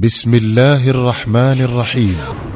بسم الله الرحمن الرحيم.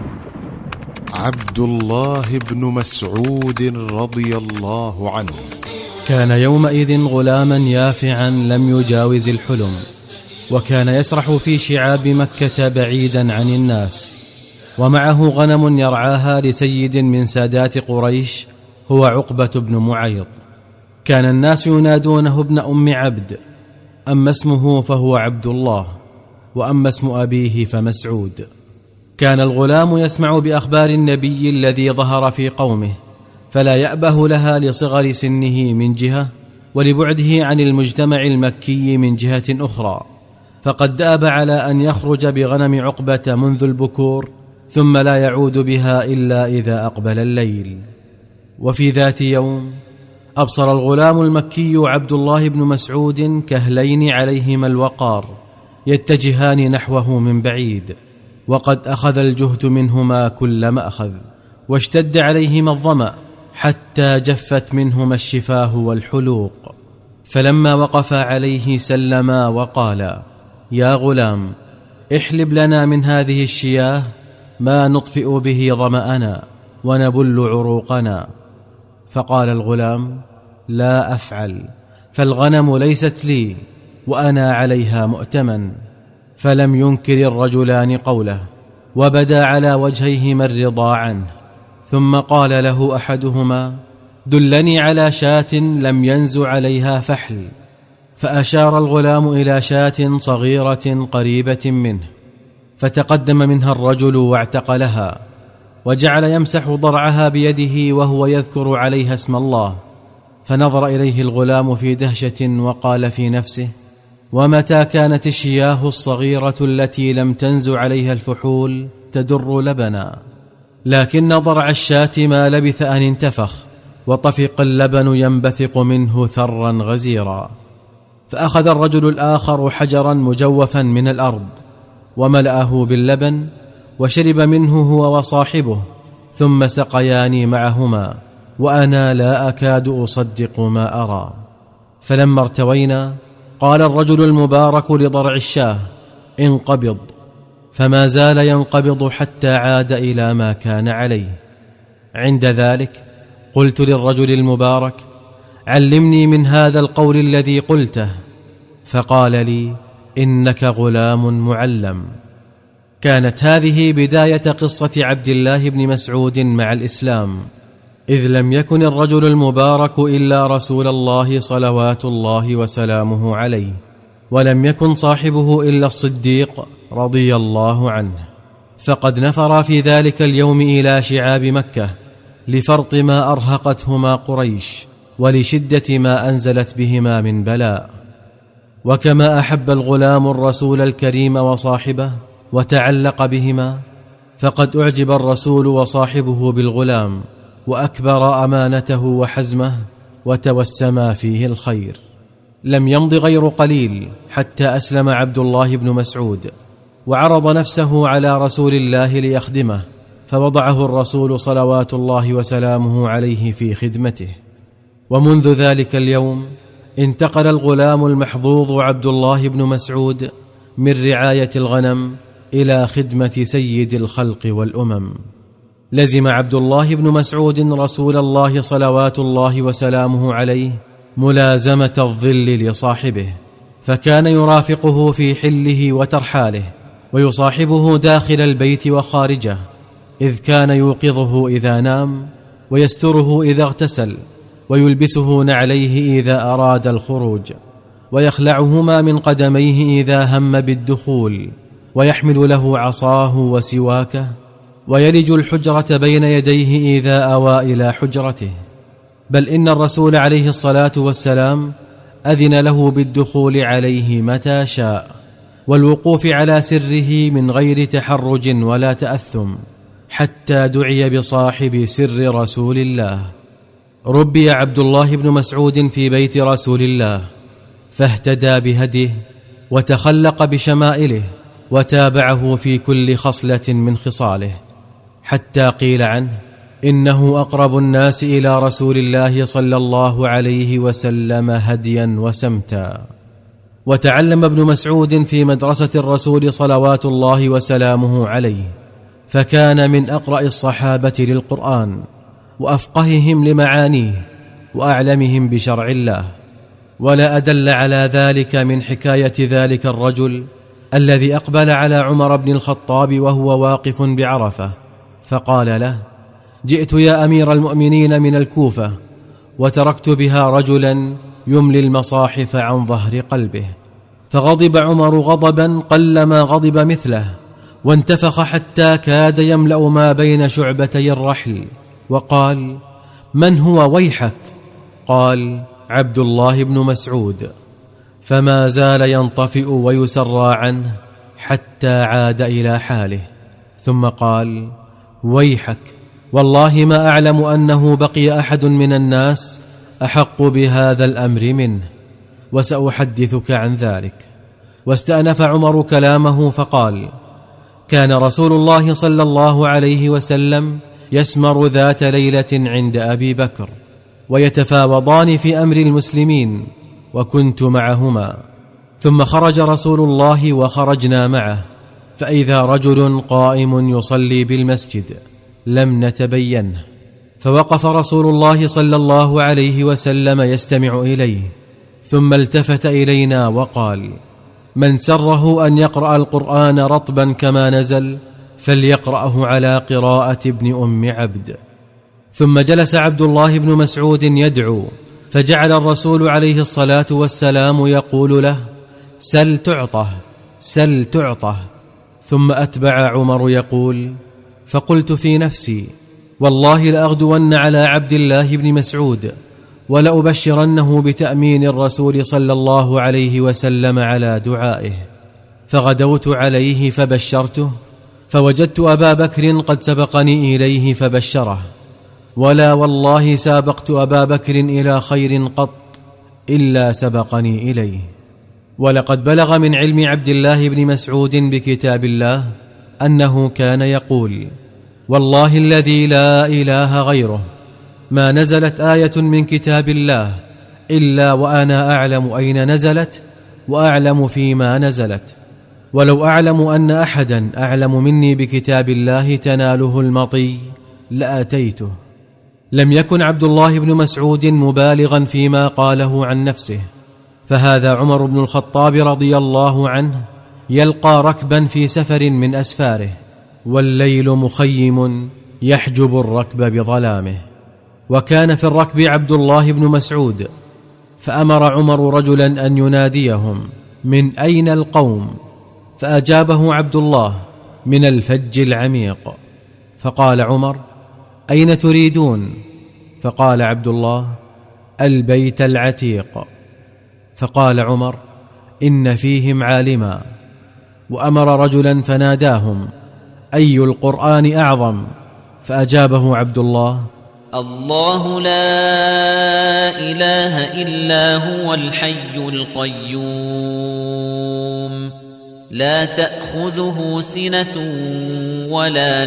عبد الله بن مسعود رضي الله عنه كان يومئذ غلاما يافعا لم يجاوز الحلم، وكان يسرح في شعاب مكة بعيدا عن الناس، ومعه غنم يرعاها لسيد من سادات قريش هو عقبة بن معيط. كان الناس ينادونه ابن أم عبد، أما اسمه فهو عبد الله، وأما اسم أبيه فمسعود. كان الغلام يسمع بأخبار النبي الذي ظهر في قومه، فلا يأبه لها لصغر سنه من جهة، ولبعده عن المجتمع المكي من جهة أخرى، فقد دأب على أن يخرج بغنم عقبة منذ البكور، ثم لا يعود بها إلا إذا أقبل الليل. وفي ذات يوم أبصر الغلام المكي عبد الله بن مسعود كهلين عليهما الوقار يتجهان نحوه من بعيد، وقد أخذ الجهد منهما كل ما أخذ، واشتد عليهما الظمأ حتى جفت منهما الشفاه والحلوق. فلما وقفا عليه سلما وقالا: يا غلام، احلب لنا من هذه الشياه ما نطفئ به ظمأنا ونبل عروقنا. فقال الغلام: لا أفعل، فالغنم ليست لي وأنا عليها مؤتمن. فلم ينكر الرجلان قوله، وبدا على وجهيهما الرضا عنه. ثم قال له أحدهما: دلني على شاة لم ينز عليها فحل. فأشار الغلام إلى شاة صغيرة قريبة منه، فتقدم منها الرجل واعتقلها، وجعل يمسح ضرعها بيده وهو يذكر عليها اسم الله. فنظر إليه الغلام في دهشة وقال في نفسه: ومتى كانت الشياه الصغيرة التي لم تنز عليها الفحول تدر لبنا؟ لكن ضرع الشاة ما لبث أن انتفخ، وطفق اللبن ينبثق منه ثرا غزيرا. فأخذ الرجل الآخر حجرا مجوفا من الأرض وملأه باللبن، وشرب منه هو وصاحبه، ثم سقياني معهما، وأنا لا أكاد أصدق ما أرى. فلما ارتوينا قال الرجل المبارك لضرع الشاه: انقبض. فما زال ينقبض حتى عاد إلى ما كان عليه. عند ذلك قلت للرجل المبارك: علمني من هذا القول الذي قلته. فقال لي: إنك غلام معلم. كانت هذه بداية قصة عبد الله بن مسعود مع الإسلام، إذ لم يكن الرجل المبارك إلا رسول الله صلوات الله وسلامه عليه، ولم يكن صاحبه إلا الصديق رضي الله عنه. فقد نفر في ذلك اليوم إلى شعاب مكة لفرط ما أرهقتهما قريش، ولشدة ما أنزلت بهما من بلاء. وكما أحب الغلام الرسول الكريم وصاحبه وتعلق بهما، فقد أعجب الرسول وصاحبه بالغلام، وأكبر أمانته وحزمه، وتوسما فيه الخير. لم يمض غير قليل حتى أسلم عبد الله بن مسعود، وعرض نفسه على رسول الله ليخدمه، فوضعه الرسول صلوات الله وسلامه عليه في خدمته. ومنذ ذلك اليوم انتقل الغلام المحظوظ عبد الله بن مسعود من رعاية الغنم إلى خدمة سيد الخلق والأمم. لزم عبد الله بن مسعود رسول الله صلوات الله وسلامه عليه ملازمة الظل لصاحبه، فكان يرافقه في حله وترحاله، ويصاحبه داخل البيت وخارجه، إذ كان يوقظه إذا نام، ويستره إذا اغتسل، ويلبسه نعليه إذا أراد الخروج، ويخلعهما من قدميه إذا هم بالدخول، ويحمل له عصاه وسواكه، ويلج الحجرة بين يديه إذا أوى إلى حجرته. بل إن الرسول عليه الصلاة والسلام أذن له بالدخول عليه متى شاء، والوقوف على سره من غير تحرج ولا تأثم، حتى دعي بصاحب سر رسول الله. ربي عبد الله بن مسعود في بيت رسول الله، فاهتدى بهديه وتخلق بشمائله، وتابعه في كل خصلة من خصاله، حتى قيل عنه: إنه أقرب الناس إلى رسول الله صلى الله عليه وسلم هديا وسمتا. وتعلم ابن مسعود في مدرسة الرسول صلوات الله وسلامه عليه، فكان من أقرأ الصحابة للقرآن وأفقههم لمعانيه وأعلمهم بشرع الله. ولا أدل على ذلك من حكاية ذلك الرجل الذي أقبل على عمر بن الخطاب وهو واقف بعرفة، فقال له: جئت يا أمير المؤمنين من الكوفة، وتركت بها رجلا يملي المصاحف عن ظهر قلبه. فغضب عمر غضبا قلما غضب مثله، وانتفخ حتى كاد يملأ ما بين شعبتي الرحل، وقال: من هو ويحك؟ قال: عبد الله بن مسعود. فما زال ينطفئ ويسرى عنه حتى عاد إلى حاله، ثم قال: ويحك، والله ما أعلم أنه بقي أحد من الناس أحق بهذا الأمر منه، وسأحدثك عن ذلك. واستأنف عمر كلامه فقال: كان رسول الله صلى الله عليه وسلم يسمر ذات ليلة عند أبي بكر، ويتفاوضان في أمر المسلمين، وكنت معهما. ثم خرج رسول الله وخرجنا معه، فإذا رجل قائم يصلي بالمسجد لم نتبينه، فوقف رسول الله صلى الله عليه وسلم يستمع إليه، ثم التفت إلينا وقال: من سره أن يقرأ القرآن رطبا كما نزل فليقرأه على قراءة ابن أم عبد. ثم جلس عبد الله بن مسعود يدعو، فجعل الرسول عليه الصلاة والسلام يقول له: سل تعطه، سل تعطه. ثم أتبع عمر يقول: فقلت في نفسي: والله لأغدون على عبد الله بن مسعود، ولأبشرنه بتأمين الرسول صلى الله عليه وسلم على دعائه. فغدوت عليه فبشرته، فوجدت أبا بكر قد سبقني إليه فبشره، ولا والله سابقت أبا بكر إلى خير قط إلا سبقني إليه. ولقد بلغ من علم عبد الله بن مسعود بكتاب الله أنه كان يقول: والله الذي لا إله غيره ما نزلت آية من كتاب الله إلا وأنا أعلم أين نزلت وأعلم فيما نزلت، ولو أعلم أن أحدا أعلم مني بكتاب الله تناله المطي لأتيته. لم يكن عبد الله بن مسعود مبالغا فيما قاله عن نفسه، فهذا عمر بن الخطاب رضي الله عنه يلقى ركبا في سفر من أسفاره، والليل مخيم يحجب الركب بظلامه، وكان في الركب عبد الله بن مسعود، فأمر عمر رجلا أن يناديهم: من أين القوم؟ فأجابه عبد الله: من الفج العميق. فقال عمر: أين تريدون؟ فقال عبد الله: البيت العتيق. فقال عمر: إن فيهم عالما. وأمر رجلا فناداهم: أي القرآن أعظم؟ فأجابه عبد الله: الله لا إله إلا هو الحي القيوم، لا تأخذه سنة ولا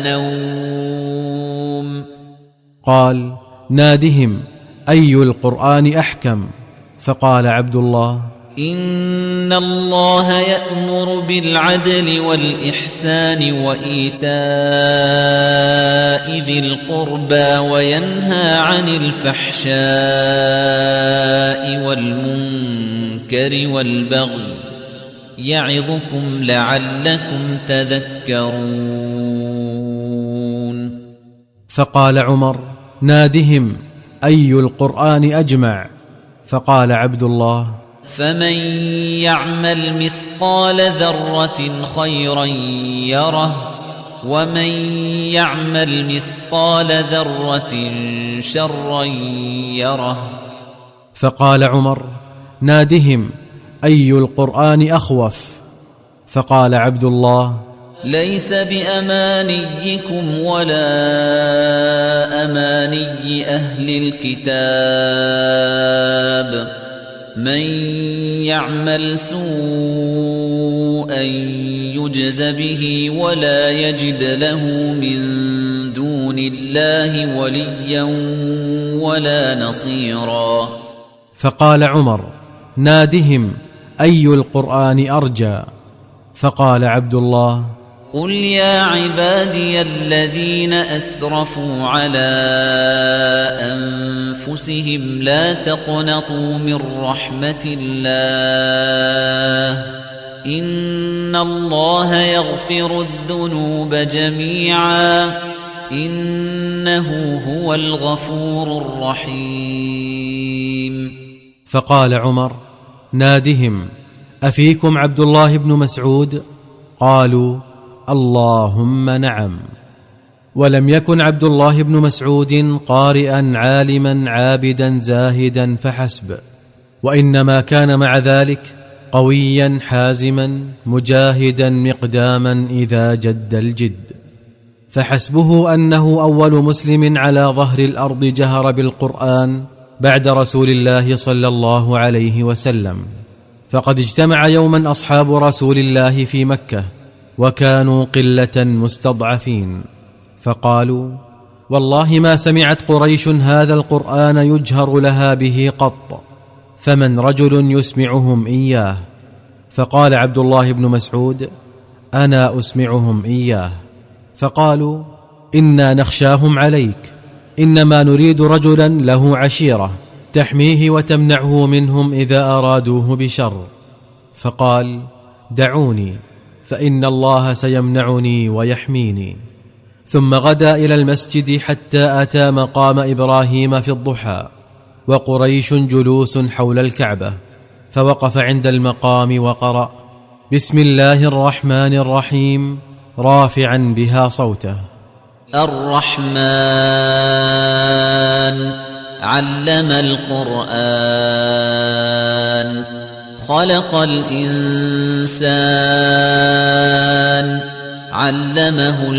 نوم. قال: نادهم: أي القرآن أحكم؟ فقال عبد الله: إن الله يأمر بالعدل والإحسان وإيتاء ذي القربى وينهى عن الفحشاء والمنكر والبغي يعظكم لعلكم تذكرون. فقال عمر: نادهم: أي القرآن أجمع؟ فقال عبد الله: فمن يعمل مثقال ذرة خيرا يره، ومن يعمل مثقال ذرة شرا يره. فقال عمر: نادهم: أي القرآن أخوف؟ فقال عبد الله: ليس بأمانيكم ولا أماني أهل الكتاب، من يعمل سوءا يجز به ولا يجد له من دون الله وليا ولا نصيرا. فقال عمر: نادهم: أي القرآن أرجى؟ فقال عبد الله: قل يا عبادي الذين أسرفوا على أنفسهم لا تقنطوا من رحمة الله إن الله يغفر الذنوب جميعا إنه هو الغفور الرحيم. فقال عمر: نادهم، أفيكم عبد الله بن مسعود؟ قالوا: اللهم نعم. ولم يكن عبد الله بن مسعود قارئا عالما عابدا زاهدا فحسب، وإنما كان مع ذلك قويا حازما مجاهدا مقداما إذا جد الجد، فحسبه أنه أول مسلم على ظهر الأرض جهر بالقرآن بعد رسول الله صلى الله عليه وسلم. فقد اجتمع يوما أصحاب رسول الله في مكة وكانوا قلة مستضعفين، فقالوا: والله ما سمعت قريش هذا القرآن يجهر لها به قط، فمن رجل يسمعهم إياه؟ فقال عبد الله بن مسعود: أنا أسمعهم إياه. فقالوا: إنا نخشاهم عليك، إنما نريد رجلا له عشيرة تحميه وتمنعه منهم إذا أرادوه بشر. فقال: دعوني فإن الله سيمنعني ويحميني. ثم غدا إلى المسجد حتى أتى مقام إبراهيم في الضحى وقريش جلوس حول الكعبة، فوقف عند المقام وقرأ: بسم الله الرحمن الرحيم، رافعا بها صوته: الرحمن علم القرآن خلق الإنسان علمه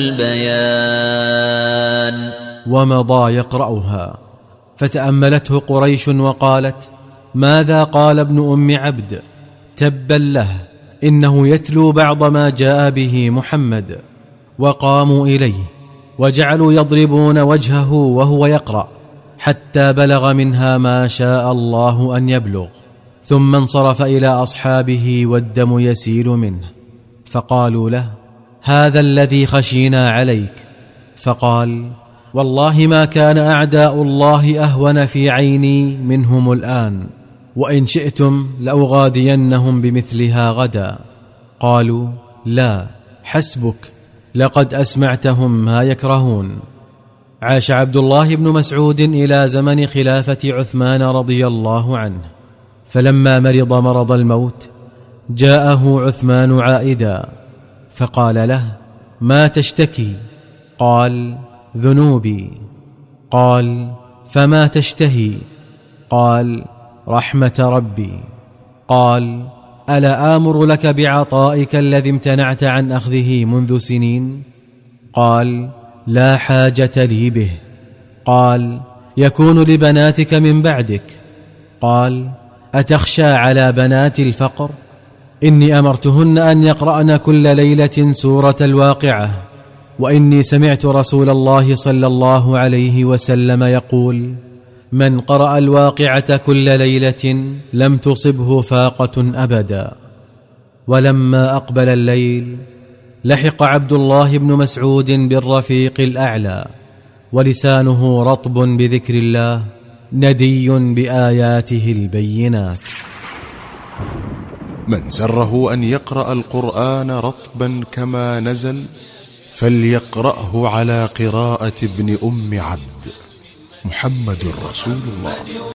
البيان. ومضى يقرأها، فتأملته قريش وقالت: ماذا قال ابن أم عبد؟ تبا له، إنه يتلو بعض ما جاء به محمد. وقاموا إليه وجعلوا يضربون وجهه وهو يقرأ حتى بلغ منها ما شاء الله أن يبلغ، ثم انصرف إلى أصحابه والدم يسيل منه، فقالوا له: هذا الذي خشينا عليك. فقال: والله ما كان أعداء الله أهون في عيني منهم الآن، وإن شئتم لأغادينهم بمثلها غدا. قالوا: لا، حسبك، لقد أسمعتهم ما يكرهون. عاش عبد الله بن مسعود إلى زمن خلافة عثمان رضي الله عنه، فلما مرض مرض الموت جاءه عثمان عائدا، فقال له: ما تشتكي؟ قال: ذنوبي. قال: فما تشتهي؟ قال: رحمة ربي. قال: ألا آمر لك بعطائك الذي امتنعت عن أخذه منذ سنين؟ قال: لا حاجة لي به. قال: يكون لبناتك من بعدك. قال: أتخشى على بنات الفقر؟ إني أمرتهن أن يقرأن كل ليلة سورة الواقعة، وإني سمعت رسول الله صلى الله عليه وسلم يقول: من قرأ الواقعة كل ليلة لم تصبه فاقة أبدا. ولما أقبل الليل لحق عبد الله بن مسعود بالرفيق الأعلى، ولسانه رطب بذكر الله ندي بآياته البينات. من سره أن يقرأ القرآن رطبا كما نزل فليقرأه على قراءة ابن أم عبد. محمد رسول الله.